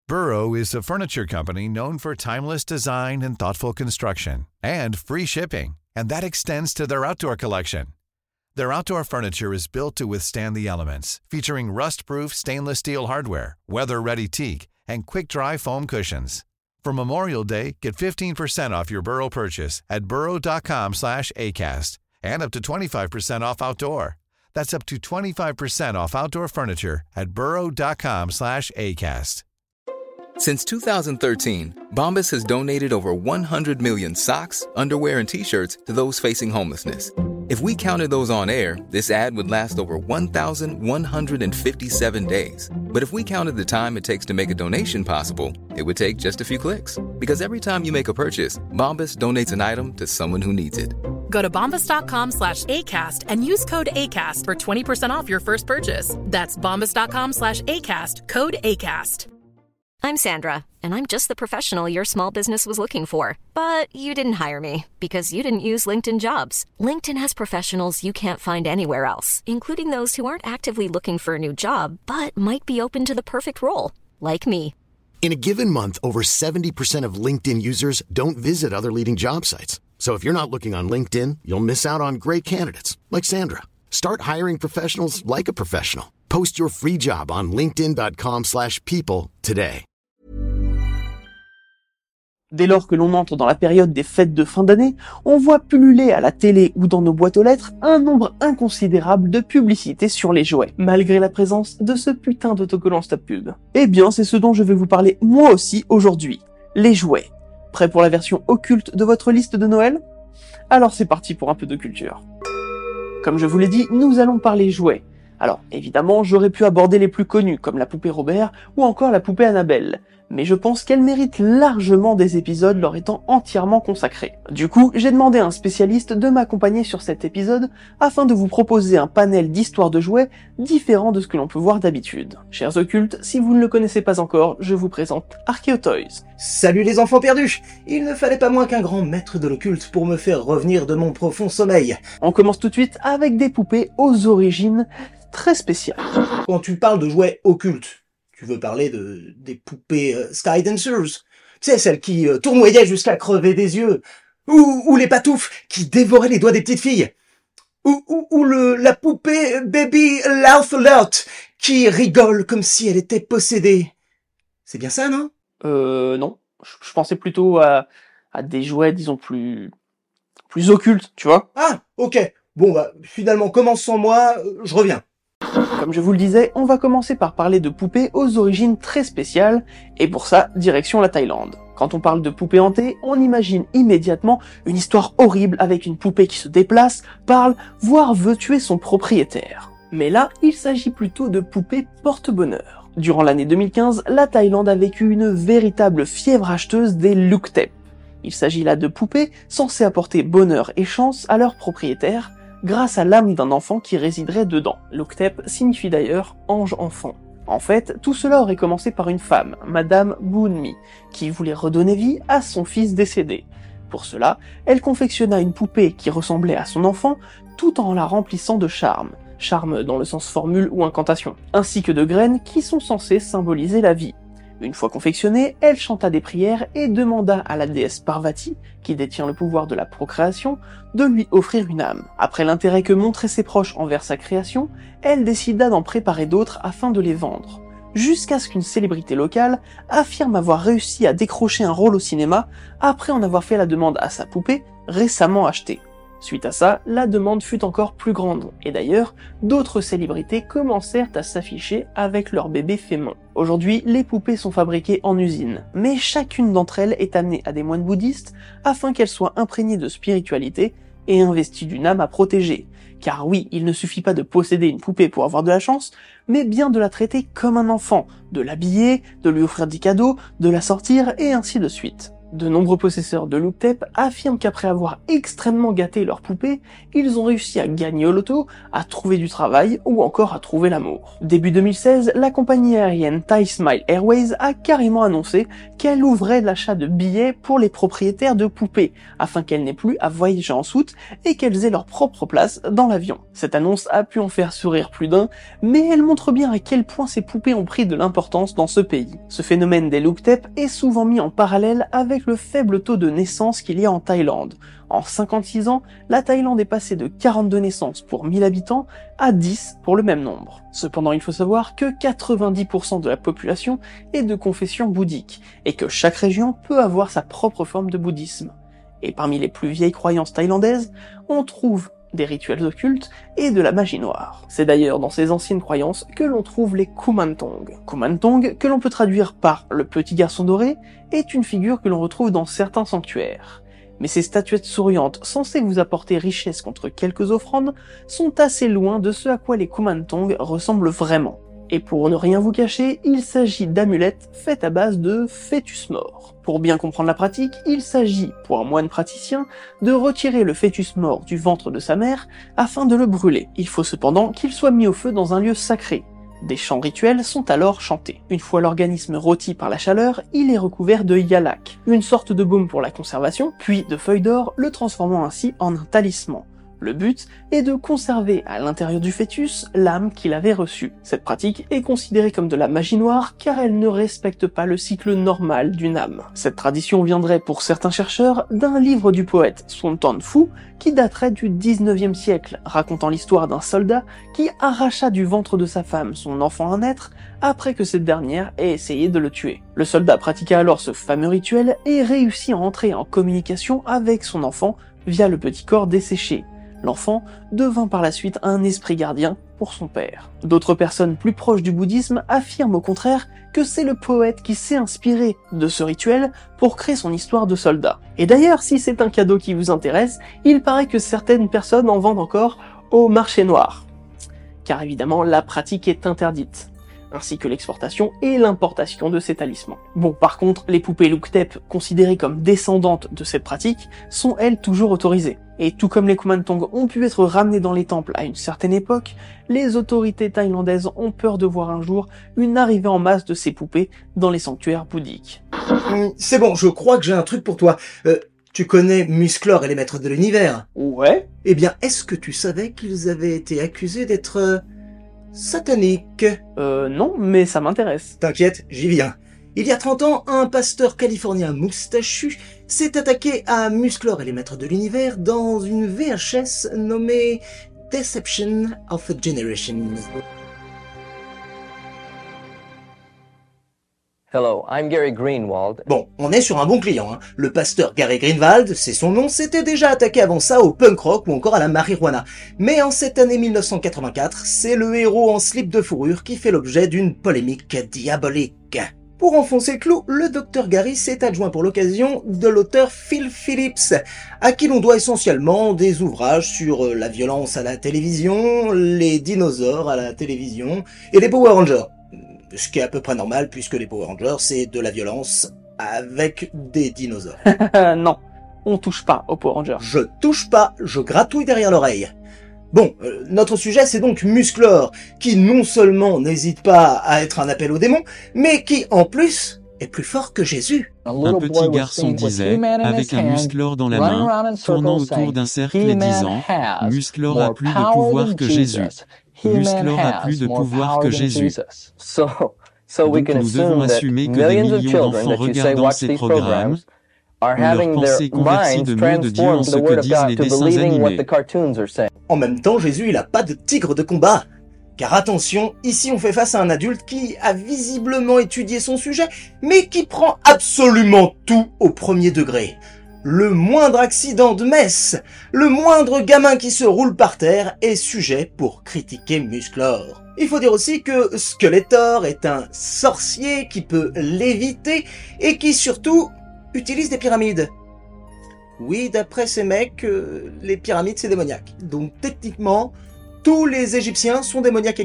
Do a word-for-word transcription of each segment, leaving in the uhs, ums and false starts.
Burrow is a furniture company known for timeless design and thoughtful construction, and free shipping, and that extends to their outdoor collection. Their outdoor furniture is built to withstand the elements, featuring rust-proof stainless steel hardware, weather-ready teak, and quick-dry foam cushions. For Memorial Day, get fifteen percent off your Burrow purchase at burrow.com slash ACAST and up to twenty-five percent off outdoor. That's up to twenty-five percent off outdoor furniture at burrow.com slash ACAST. Since two thousand thirteen, Bombas has donated over one hundred million socks, underwear, and T-shirts to those facing homelessness. If we counted those on air, this ad would last over one thousand one hundred fifty-seven days. But if we counted the time it takes to make a donation possible, it would take just a few clicks. Because every time you make a purchase, Bombas donates an item to someone who needs it. Go to bombas.com slash ACAST and use code ACAST for twenty percent off your first purchase. That's bombas.com slash ACAST, code ACAST. I'm Sandra, and I'm just the professional your small business was looking for. But you didn't hire me because you didn't use LinkedIn Jobs. LinkedIn has professionals you can't find anywhere else, including those who aren't actively looking for a new job, but might be open to the perfect role, like me. In a given month, over seventy percent of LinkedIn users don't visit other leading job sites. So if you're not looking on LinkedIn, you'll miss out on great candidates, like Sandra. Start hiring professionals like a professional. Post your free job on linkedin.com slash people today. Dès lors que l'on entre dans la période des fêtes de fin d'année, on voit pulluler à la télé ou dans nos boîtes aux lettres un nombre inconsidérable de publicités sur les jouets, malgré la présence de ce putain d'autocollant Stop Pub. Eh bien, c'est ce dont je vais vous parler moi aussi aujourd'hui. Les jouets. Prêt pour la version occulte de votre liste de Noël ? Alors c'est parti pour un peu de culture. Comme je vous l'ai dit, nous allons parler jouets. Alors, évidemment, j'aurais pu aborder les plus connus, comme la poupée Robert ou encore la poupée Annabelle, mais je pense qu'elles méritent largement des épisodes leur étant entièrement consacrés. Du coup, j'ai demandé à un spécialiste de m'accompagner sur cet épisode afin de vous proposer un panel d'histoires de jouets différents de ce que l'on peut voir d'habitude. Chers occultes, si vous ne le connaissez pas encore, je vous présente Archaeotoys. Salut les enfants perdus! Il ne fallait pas moins qu'un grand maître de l'occulte pour me faire revenir de mon profond sommeil. On commence tout de suite avec des poupées aux origines très spéciales. Quand tu parles de jouets occultes, tu veux parler de des poupées euh, Skydancers, tu sais, celles qui euh, tournoyaient jusqu'à crever des yeux, ou, ou les patoufles qui dévoraient les doigts des petites filles, ou, ou, ou le, la poupée Baby Laugh Alert qui rigole comme si elle était possédée. C'est bien ça, non? Euh, non. Je, je pensais plutôt à, à des jouets, disons, plus, plus occultes, tu vois. Ah, ok. Bon, bah, finalement, commence sans moi, euh, je reviens. Comme je vous le disais, on va commencer par parler de poupées aux origines très spéciales, et pour ça, direction la Thaïlande. Quand on parle de poupée hantée, on imagine immédiatement une histoire horrible avec une poupée qui se déplace, parle, voire veut tuer son propriétaire. Mais là, il s'agit plutôt de poupées porte-bonheur. Durant l'année deux mille quinze, la Thaïlande a vécu une véritable fièvre acheteuse des Lukthep. Il s'agit là de poupées censées apporter bonheur et chance à leur propriétaire, grâce à l'âme d'un enfant qui résiderait dedans. Lukthep signifie d'ailleurs ange-enfant. En fait, tout cela aurait commencé par une femme, Madame Boonmi, qui voulait redonner vie à son fils décédé. Pour cela, elle confectionna une poupée qui ressemblait à son enfant, tout en la remplissant de charmes, charme dans le sens formule ou incantation, ainsi que de graines qui sont censées symboliser la vie. Une fois confectionnée, elle chanta des prières et demanda à la déesse Parvati, qui détient le pouvoir de la procréation, de lui offrir une âme. Après l'intérêt que montraient ses proches envers sa création, elle décida d'en préparer d'autres afin de les vendre, jusqu'à ce qu'une célébrité locale affirme avoir réussi à décrocher un rôle au cinéma après en avoir fait la demande à sa poupée récemment achetée. Suite à ça, la demande fut encore plus grande, et d'ailleurs, d'autres célébrités commencèrent à s'afficher avec leur bébé Fémon. Aujourd'hui, les poupées sont fabriquées en usine, mais chacune d'entre elles est amenée à des moines bouddhistes afin qu'elles soient imprégnées de spiritualité et investies d'une âme à protéger. Car oui, il ne suffit pas de posséder une poupée pour avoir de la chance, mais bien de la traiter comme un enfant, de l'habiller, de lui offrir des cadeaux, de la sortir, et ainsi de suite. De nombreux possesseurs de Look Tape affirment qu'après avoir extrêmement gâté leurs poupées, ils ont réussi à gagner au loto, à trouver du travail ou encore à trouver l'amour. Début deux mille seize, la compagnie aérienne Thai Smile Airways a carrément annoncé qu'elle ouvrait l'achat de billets pour les propriétaires de poupées, afin qu'elles n'aient plus à voyager en soute et qu'elles aient leur propre place dans l'avion. Cette annonce a pu en faire sourire plus d'un, mais elle montre bien à quel point ces poupées ont pris de l'importance dans ce pays. Ce phénomène des Look Tape est souvent mis en parallèle avec le faible taux de naissance qu'il y a en Thaïlande. En cinquante-six ans, la Thaïlande est passée de quarante-deux naissances pour mille habitants à dix pour le même nombre. Cependant, il faut savoir que quatre-vingt-dix pour cent de la population est de confession bouddhique, et que chaque région peut avoir sa propre forme de bouddhisme. Et parmi les plus vieilles croyances thaïlandaises, on trouve des rituels occultes et de la magie noire. C'est d'ailleurs dans ces anciennes croyances que l'on trouve les Kumantong. Kumantong, que l'on peut traduire par le petit garçon doré, est une figure que l'on retrouve dans certains sanctuaires. Mais ces statuettes souriantes, censées vous apporter richesse contre quelques offrandes, sont assez loin de ce à quoi les Kumantong ressemblent vraiment. Et pour ne rien vous cacher, il s'agit d'amulettes faites à base de fœtus morts. Pour bien comprendre la pratique, il s'agit, pour un moine praticien, de retirer le fœtus mort du ventre de sa mère afin de le brûler. Il faut cependant qu'il soit mis au feu dans un lieu sacré. Des chants rituels sont alors chantés. Une fois l'organisme rôti par la chaleur, il est recouvert de yalak, une sorte de baume pour la conservation, puis de feuilles d'or, le transformant ainsi en un talisman. Le but est de conserver à l'intérieur du fœtus l'âme qu'il avait reçue. Cette pratique est considérée comme de la magie noire car elle ne respecte pas le cycle normal d'une âme. Cette tradition viendrait pour certains chercheurs d'un livre du poète Son Tan Phu qui daterait du dix-neuvième siècle, racontant l'histoire d'un soldat qui arracha du ventre de sa femme son enfant à naître après que cette dernière ait essayé de le tuer. Le soldat pratiqua alors ce fameux rituel et réussit à entrer en communication avec son enfant via le petit corps desséché. L'enfant devint par la suite un esprit gardien pour son père. D'autres personnes plus proches du bouddhisme affirment au contraire que c'est le poète qui s'est inspiré de ce rituel pour créer son histoire de soldat. Et d'ailleurs, si c'est un cadeau qui vous intéresse, il paraît que certaines personnes en vendent encore au marché noir. Car évidemment, la pratique est interdite, ainsi que l'exportation et l'importation de ces talismans. Bon, par contre, les poupées Look Tape, considérées comme descendantes de cette pratique, sont elles toujours autorisées. Et tout comme les Kumantong ont pu être ramenés dans les temples à une certaine époque, les autorités thaïlandaises ont peur de voir un jour une arrivée en masse de ces poupées dans les sanctuaires bouddhiques. Hum, c'est bon, je crois que j'ai un truc pour toi. Euh, tu connais Musclor et les Maîtres de l'Univers? Ouais. Eh bien, est-ce que tu savais qu'ils avaient été accusés d'être euh, sataniques? Euh, non, mais ça m'intéresse. T'inquiète, j'y viens. Il y a trente ans, un pasteur californien moustachu s'est attaqué à Musclor et les Maîtres de l'Univers dans une V H S nommée Deception of a Generation. Hello, I'm Gary Greenwald. Bon, on est sur un bon client, hein. Le pasteur Gary Greenwald, c'est son nom, s'était déjà attaqué avant ça au punk rock ou encore à la marijuana. Mais en cette année mille neuf cent quatre-vingt-quatre, c'est le héros en slip de fourrure qui fait l'objet d'une polémique diabolique. Pour enfoncer le clou, le docteur Gary s'est adjoint pour l'occasion de l'auteur Phil Phillips, à qui l'on doit essentiellement des ouvrages sur la violence à la télévision, les dinosaures à la télévision et les Power Rangers. Ce qui est à peu près normal puisque les Power Rangers c'est de la violence avec des dinosaures. Non, on touche pas aux Power Rangers. Je touche pas, je gratouille derrière l'oreille. Bon, euh, notre sujet c'est donc Musclor, qui non seulement n'hésite pas à être un appel au démon, mais qui en plus est plus fort que Jésus. Un petit garçon disait, avec un Musclor dans la main, tournant autour d'un cercle et disant, « Musclor a plus de pouvoir que Jésus. Musclor a plus de pouvoir que Jésus. » Donc nous devons assumer que des millions d'enfants regardant ces programmes ont leur pensée convertie de mots de Dieu en ce que disent les dessins animés. En même temps, Jésus il a pas de tigre de combat. Car attention, ici on fait face à un adulte qui a visiblement étudié son sujet, mais qui prend absolument tout au premier degré. Le moindre accident de messe, le moindre gamin qui se roule par terre est sujet pour critiquer Musclor. Il faut dire aussi que Skeletor est un sorcier qui peut léviter et qui surtout utilise des pyramides. Oui, d'après ces mecs, euh, les pyramides c'est démoniaque. Donc techniquement, tous les Égyptiens sont démoniaques également.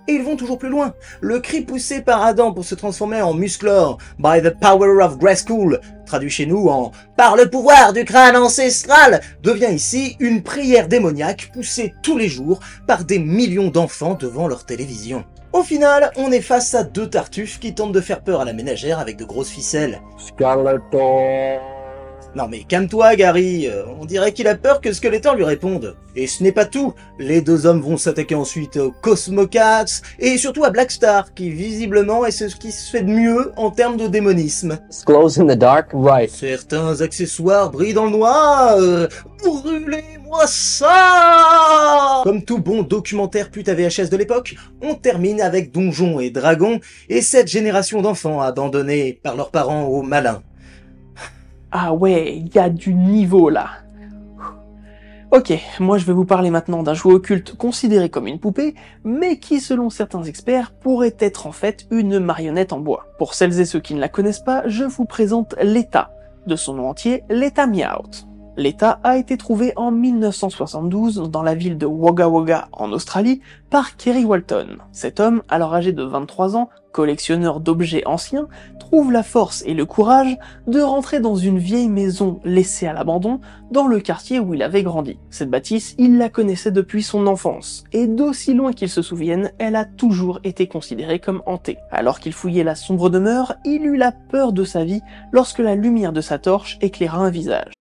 Et ils vont toujours plus loin. Le cri poussé par Adam pour se transformer en Musclor, by the power of Grayskull, traduit chez nous en « par le pouvoir du crâne ancestral », devient ici une prière démoniaque poussée tous les jours par des millions d'enfants devant leur télévision. Au final, on est face à deux tartuffes qui tentent de faire peur à la ménagère avec de grosses ficelles. Skeletor. Non mais calme-toi Gary, on dirait qu'il a peur que Skeletor lui réponde. Et ce n'est pas tout, les deux hommes vont s'attaquer ensuite aux Cosmocats et surtout à Blackstar, qui visiblement est ce qui se fait de mieux en termes de démonisme. Glows in the dark, right. Certains accessoires brillent dans le noir, brûlez-moi ça. Comme tout bon documentaire pute à V H S de l'époque, on termine avec Donjons et Dragons et cette génération d'enfants abandonnés par leurs parents aux malins. Ah ouais, il y a du niveau là. Ok, moi je vais vous parler maintenant d'un jouet occulte considéré comme une poupée, mais qui selon certains experts pourrait être en fait une marionnette en bois. Pour celles et ceux qui ne la connaissent pas, je vous présente l'Eta, de son nom entier l'Eta Meowth. L'Eta a été trouvé en mille neuf cent soixante-douze dans la ville de Wagga Wagga en Australie par Kerry Walton. Cet homme, alors âgé de vingt-trois ans, collectionneur d'objets anciens, trouve la force et le courage de rentrer dans une vieille maison laissée à l'abandon dans le quartier où il avait grandi. Cette bâtisse, il la connaissait depuis son enfance, et d'aussi loin qu'il se souvienne, elle a toujours été considérée comme hantée. Alors qu'il fouillait la sombre demeure, il eut la peur de sa vie lorsque la lumière de sa torche éclaira un visage.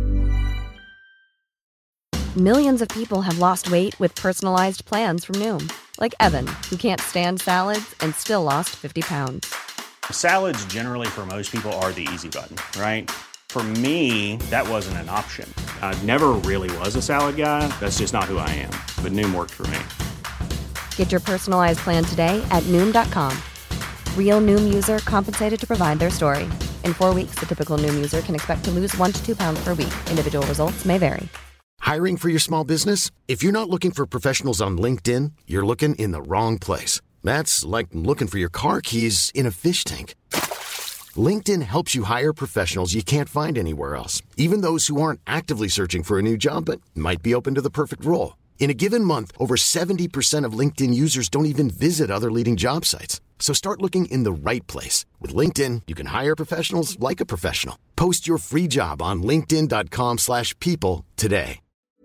Millions of people have lost weight with personalized plans from Noom. Like Evan, who can't stand salads and still lost fifty pounds. Salads generally for most people are the easy button, right? For me, that wasn't an option. I never really was a salad guy. That's just not who I am. But Noom worked for me. Get your personalized plan today at Noom dot com. Real Noom user compensated to provide their story. In four weeks, the typical Noom user can expect to lose one to two pounds per week. Individual results may vary. Hiring for your small business? If you're not looking for professionals on LinkedIn, you're looking in the wrong place. That's like looking for your car keys in a fish tank. LinkedIn helps you hire professionals you can't find anywhere else, even those who aren't actively searching for a new job but might be open to the perfect role. In a given month, over seventy percent of LinkedIn users don't even visit other leading job sites. So start looking in the right place. With LinkedIn, you can hire professionals like a professional. Post your free job on linkedin dot com slash people today.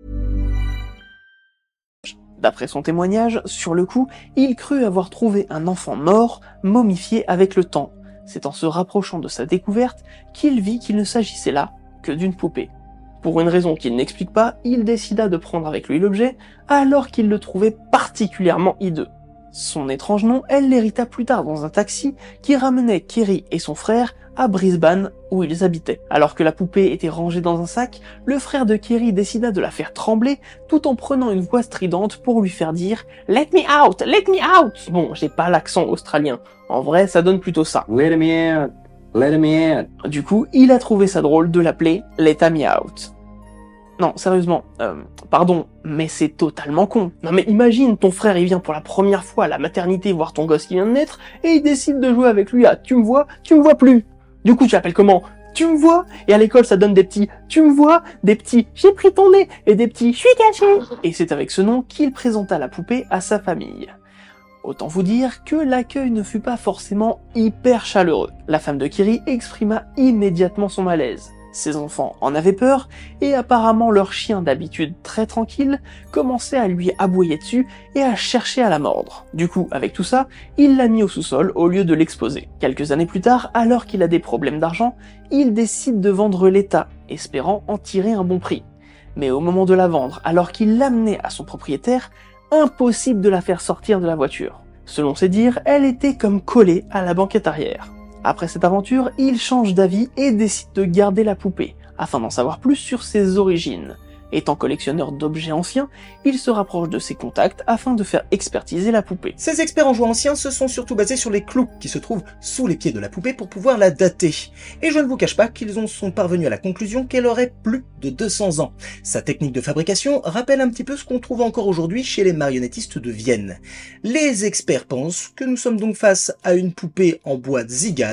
D'après son témoignage, sur le coup, il crut avoir trouvé un enfant mort, momifié avec le temps. C'est en se rapprochant de sa découverte qu'il vit qu'il ne s'agissait là que d'une poupée. Pour une raison qu'il n'explique pas, il décida de prendre avec lui l'objet, alors qu'il le trouvait particulièrement hideux. Son étrange nom, elle l'hérita plus tard dans un taxi qui ramenait Kerry et son frère à Brisbane, où ils habitaient. Alors que la poupée était rangée dans un sac, le frère de Kerry décida de la faire trembler tout en prenant une voix stridente pour lui faire dire « Let me out! Let me out !» Bon, j'ai pas l'accent australien. En vrai, ça donne plutôt ça. « Let me out! Let me out !» Du coup, il a trouvé ça drôle de l'appeler « Let me out !» Non, sérieusement, euh, pardon, mais c'est totalement con. Non mais imagine, ton frère il vient pour la première fois à la maternité voir ton gosse qui vient de naître, et il décide de jouer avec lui à « Tu me vois, tu me vois plus !» Du coup, tu l'appelles comment ? Tu me vois ? Et à l'école, ça donne des petits « Tu me vois ?» des petits « J'ai pris ton nez » et des petits « Je suis caché !» Et c'est avec ce nom qu'il présenta la poupée à sa famille. Autant vous dire que l'accueil ne fut pas forcément hyper chaleureux. La femme de Kerry exprima immédiatement son malaise. Ses enfants en avaient peur, et apparemment leur chien d'habitude très tranquille commençait à lui aboyer dessus et à chercher à la mordre. Du coup, avec tout ça, il l'a mis au sous-sol au lieu de l'exposer. Quelques années plus tard, alors qu'il a des problèmes d'argent, il décide de vendre l'Eta, espérant en tirer un bon prix. Mais au moment de la vendre, alors qu'il l'amenait à son propriétaire, impossible de la faire sortir de la voiture. Selon ses dires, elle était comme collée à la banquette arrière. Après cette aventure, il change d'avis et décide de garder la poupée, afin d'en savoir plus sur ses origines. Étant collectionneur d'objets anciens, il se rapproche de ses contacts afin de faire expertiser la poupée. Ces experts en jouets anciens se sont surtout basés sur les clous qui se trouvent sous les pieds de la poupée pour pouvoir la dater. Et je ne vous cache pas qu'ils en sont parvenus à la conclusion qu'elle aurait plus de deux cents ans. Sa technique de fabrication rappelle un petit peu ce qu'on trouve encore aujourd'hui chez les marionnettistes de Vienne. Les experts pensent que nous sommes donc face à une poupée en bois de zigane,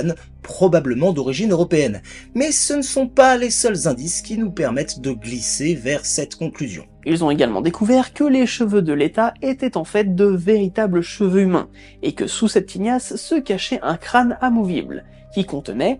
probablement d'origine européenne. Mais ce ne sont pas les seuls indices qui nous permettent de glisser vers cette conclusion. Ils ont également découvert que les cheveux de Leta étaient en fait de véritables cheveux humains, et que sous cette tignasse se cachait un crâne amovible, qui contenait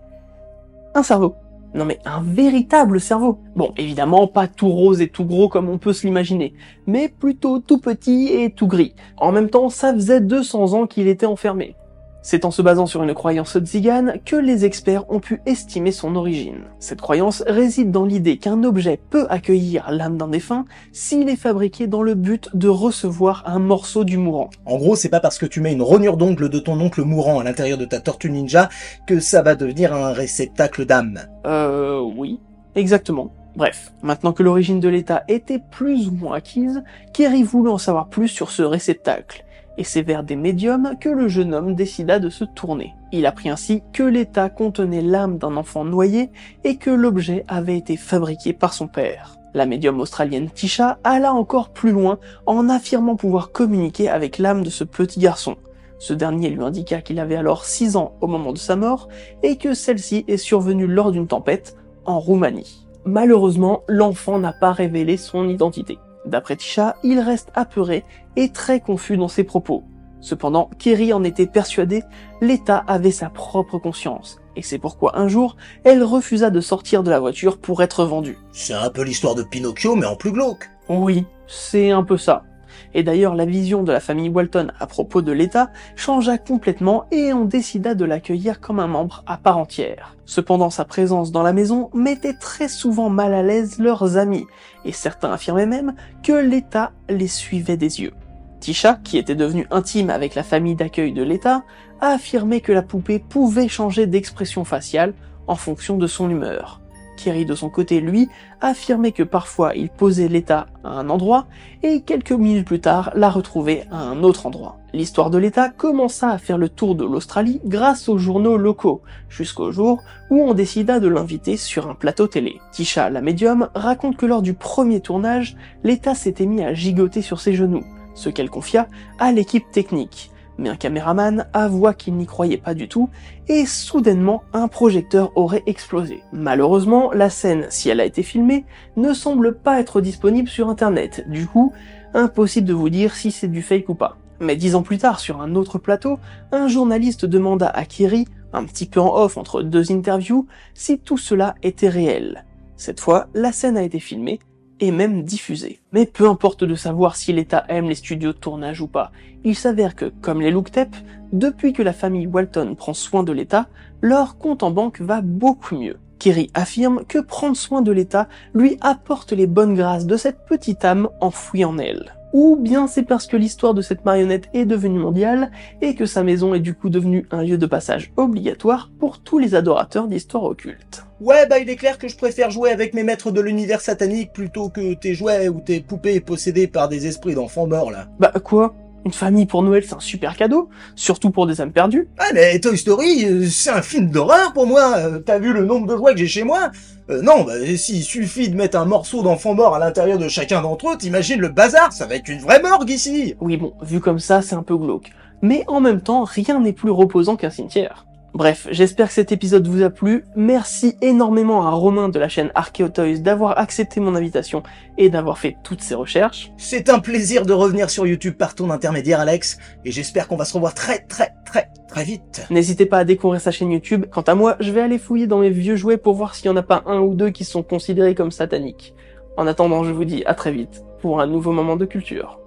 un cerveau. Non mais un véritable cerveau. Bon, évidemment pas tout rose et tout gros comme on peut se l'imaginer, mais plutôt tout petit et tout gris. En même temps, ça faisait deux cents ans qu'il était enfermé. C'est en se basant sur une croyance tzigane que les experts ont pu estimer son origine. Cette croyance réside dans l'idée qu'un objet peut accueillir l'âme d'un défunt s'il est fabriqué dans le but de recevoir un morceau du mourant. En gros, c'est pas parce que tu mets une rognure d'ongle de ton oncle mourant à l'intérieur de ta tortue ninja que ça va devenir un réceptacle d'âme. Euh, oui, exactement. Bref, maintenant que l'origine de Leta était plus ou moins acquise, Kerry voulut en savoir plus sur ce réceptacle. Et c'est vers des médiums que le jeune homme décida de se tourner. Il apprit ainsi que Leta contenait l'âme d'un enfant noyé et que l'objet avait été fabriqué par son père. La médium australienne Tisha alla encore plus loin en affirmant pouvoir communiquer avec l'âme de ce petit garçon. Ce dernier lui indiqua qu'il avait alors six ans au moment de sa mort et que celle-ci est survenue lors d'une tempête en Roumanie. Malheureusement, l'enfant n'a pas révélé son identité. D'après Tisha, il reste apeuré et très confus dans ses propos. Cependant, Kerry en était persuadée, Leta avait sa propre conscience, et c'est pourquoi un jour, elle refusa de sortir de la voiture pour être vendue. C'est un peu l'histoire de Pinocchio, mais en plus glauque. Oui, c'est un peu ça. Et d'ailleurs, la vision de la famille Walton à propos de Leta changea complètement et on décida de l'accueillir comme un membre à part entière. Cependant, sa présence dans la maison mettait très souvent mal à l'aise leurs amis, et certains affirmaient même que Leta les suivait des yeux. Tisha, qui était devenue intime avec la famille d'accueil de Leta, a affirmé que la poupée pouvait changer d'expression faciale en fonction de son humeur. Kerry, de son côté, lui, affirmait que parfois il posait Leta à un endroit et quelques minutes plus tard la retrouvait à un autre endroit. L'histoire de Leta commença à faire le tour de l'Australie grâce aux journaux locaux, jusqu'au jour où on décida de l'inviter sur un plateau télé. Tisha, la médium, raconte que lors du premier tournage, Leta s'était mis à gigoter sur ses genoux, ce qu'elle confia à l'équipe technique. Mais un caméraman avoua qu'il n'y croyait pas du tout, et soudainement un projecteur aurait explosé. Malheureusement, la scène, si elle a été filmée, ne semble pas être disponible sur internet, du coup, impossible de vous dire si c'est du fake ou pas. Mais dix ans plus tard, sur un autre plateau, un journaliste demanda à Kerry, un petit peu en off entre deux interviews, si tout cela était réel. Cette fois, la scène a été filmée, et même diffusée. Mais peu importe de savoir si Leta aime les studios de tournage ou pas, il s'avère que, comme les Looktep, depuis que la famille Walton prend soin de Leta, leur compte en banque va beaucoup mieux. Kerry affirme que prendre soin de Leta lui apporte les bonnes grâces de cette petite âme enfouie en elle. Ou bien c'est parce que l'histoire de cette marionnette est devenue mondiale et que sa maison est du coup devenue un lieu de passage obligatoire pour tous les adorateurs d'histoires occultes. Ouais, bah il est clair que je préfère jouer avec mes maîtres de l'univers satanique plutôt que tes jouets ou tes poupées possédées par des esprits d'enfants morts là. Bah quoi ? Une famille pour Noël, c'est un super cadeau, surtout pour des âmes perdues. Ah mais Toy Story, euh, c'est un film d'horreur pour moi. Euh, T'as vu le nombre de jouets que j'ai chez moi ? euh, Non, bah s'il suffit de mettre un morceau d'enfant mort à l'intérieur de chacun d'entre eux, t'imagines le bazar, ça va être une vraie morgue ici. Oui bon, vu comme ça, c'est un peu glauque. Mais en même temps, rien n'est plus reposant qu'un cimetière. Bref, j'espère que cet épisode vous a plu. Merci énormément à Romain de la chaîne Archaeotoys d'avoir accepté mon invitation et d'avoir fait toutes ces recherches. C'est un plaisir de revenir sur YouTube par ton intermédiaire, Alex, et j'espère qu'on va se revoir très très très très vite. N'hésitez pas à découvrir sa chaîne YouTube. Quant à moi, je vais aller fouiller dans mes vieux jouets pour voir s'il y en a pas un ou deux qui sont considérés comme sataniques. En attendant, je vous dis à très vite pour un nouveau moment de culture.